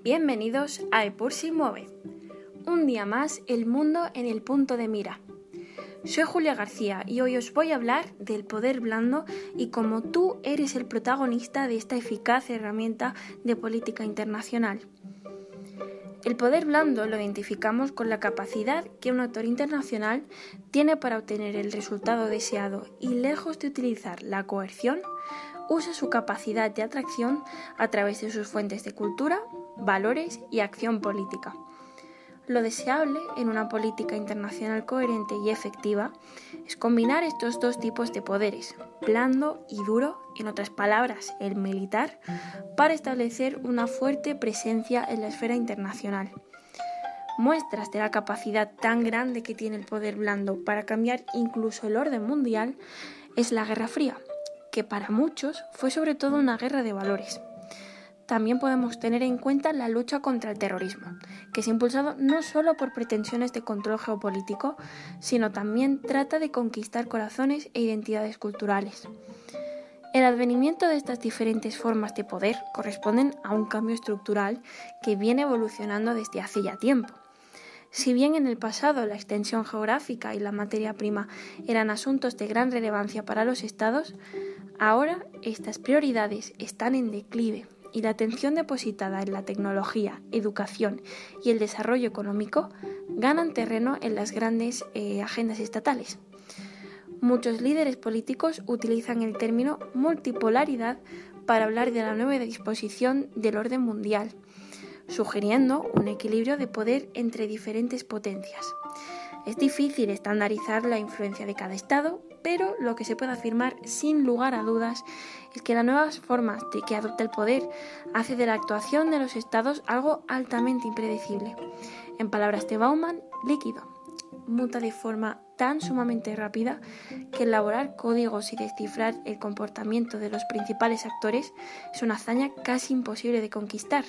Bienvenidos a Epursi Mueve. Un día más, el mundo en el punto de mira. Soy Julia García y hoy os voy a hablar del poder blando y cómo tú eres el protagonista de esta eficaz herramienta de política internacional. El poder blando lo identificamos con la capacidad que un actor internacional tiene para obtener el resultado deseado y, lejos de utilizar la coerción, usa su capacidad de atracción a través de sus fuentes de cultura, valores y acción política. Lo deseable en una política internacional coherente y efectiva es combinar estos dos tipos de poderes, blando y duro, en otras palabras, el militar, para establecer una fuerte presencia en la esfera internacional. Muestras de la capacidad tan grande que tiene el poder blando para cambiar incluso el orden mundial es la Guerra Fría, que para muchos fue sobre todo una guerra de valores. También podemos tener en cuenta la lucha contra el terrorismo, que es impulsado no solo por pretensiones de control geopolítico, sino también trata de conquistar corazones e identidades culturales. El advenimiento de estas diferentes formas de poder corresponden a un cambio estructural que viene evolucionando desde hace ya tiempo. Si bien en el pasado la extensión geográfica y la materia prima eran asuntos de gran relevancia para los estados, ahora estas prioridades están en declive y la atención depositada en la tecnología, educación y el desarrollo económico ganan terreno en las grandes agendas estatales. Muchos líderes políticos utilizan el término multipolaridad para hablar de la nueva disposición del orden mundial, sugiriendo un equilibrio de poder entre diferentes potencias. Es difícil estandarizar la influencia de cada estado, pero lo que se puede afirmar sin lugar a dudas es que las nuevas formas de que adopta el poder hace de la actuación de los estados algo altamente impredecible. En palabras de Bauman, líquido. Muta de forma tan sumamente rápida que elaborar códigos y descifrar el comportamiento de los principales actores es una hazaña casi imposible de conquistar.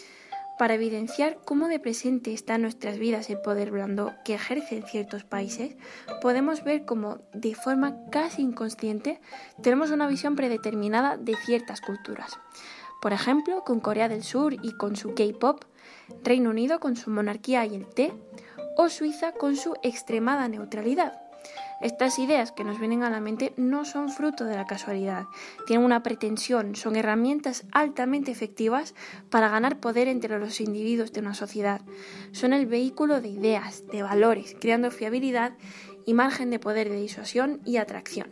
Para evidenciar cómo de presente está en nuestras vidas el poder blando que ejercen ciertos países, podemos ver cómo, de forma casi inconsciente, tenemos una visión predeterminada de ciertas culturas. Por ejemplo, con Corea del Sur y con su K-pop, Reino Unido con su monarquía y el té, o Suiza con su extremada neutralidad. Estas ideas que nos vienen a la mente no son fruto de la casualidad, tienen una pretensión, son herramientas altamente efectivas para ganar poder entre los individuos de una sociedad. Son el vehículo de ideas, de valores, creando fiabilidad y margen de poder de disuasión y atracción.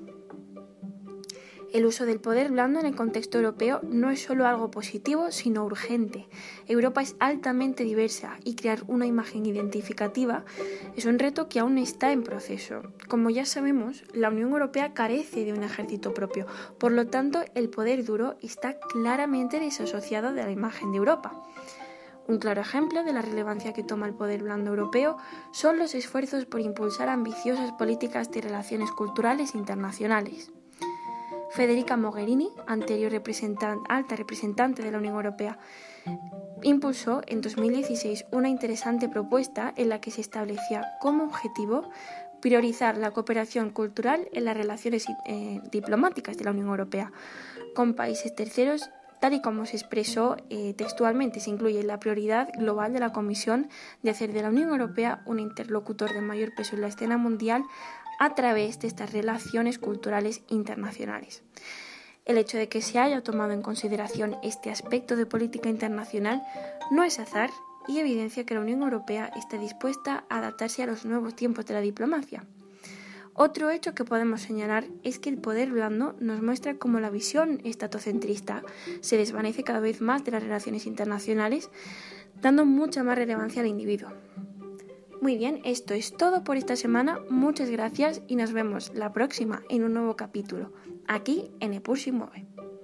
El uso del poder blando en el contexto europeo no es solo algo positivo, sino urgente. Europa es altamente diversa y crear una imagen identificativa es un reto que aún está en proceso. Como ya sabemos, la Unión Europea carece de un ejército propio, por lo tanto, el poder duro está claramente desasociado de la imagen de Europa. Un claro ejemplo de la relevancia que toma el poder blando europeo son los esfuerzos por impulsar ambiciosas políticas de relaciones culturales internacionales. Federica Mogherini, anterior alta representante de la Unión Europea, impulsó en 2016 una interesante propuesta en la que se establecía como objetivo priorizar la cooperación cultural en las relaciones diplomáticas de la Unión Europea con países terceros, tal y como se expresó textualmente. Se incluye la prioridad global de la Comisión de hacer de la Unión Europea un interlocutor de mayor peso en la escena mundial a través de estas relaciones culturales internacionales. El hecho de que se haya tomado en consideración este aspecto de política internacional no es azar y evidencia que la Unión Europea está dispuesta a adaptarse a los nuevos tiempos de la diplomacia. Otro hecho que podemos señalar es que el poder blando nos muestra cómo la visión estatocentrista se desvanece cada vez más de las relaciones internacionales, dando mucha más relevancia al individuo. Muy bien, esto es todo por esta semana. Muchas gracias y nos vemos la próxima en un nuevo capítulo, aquí en Epursi Mueve.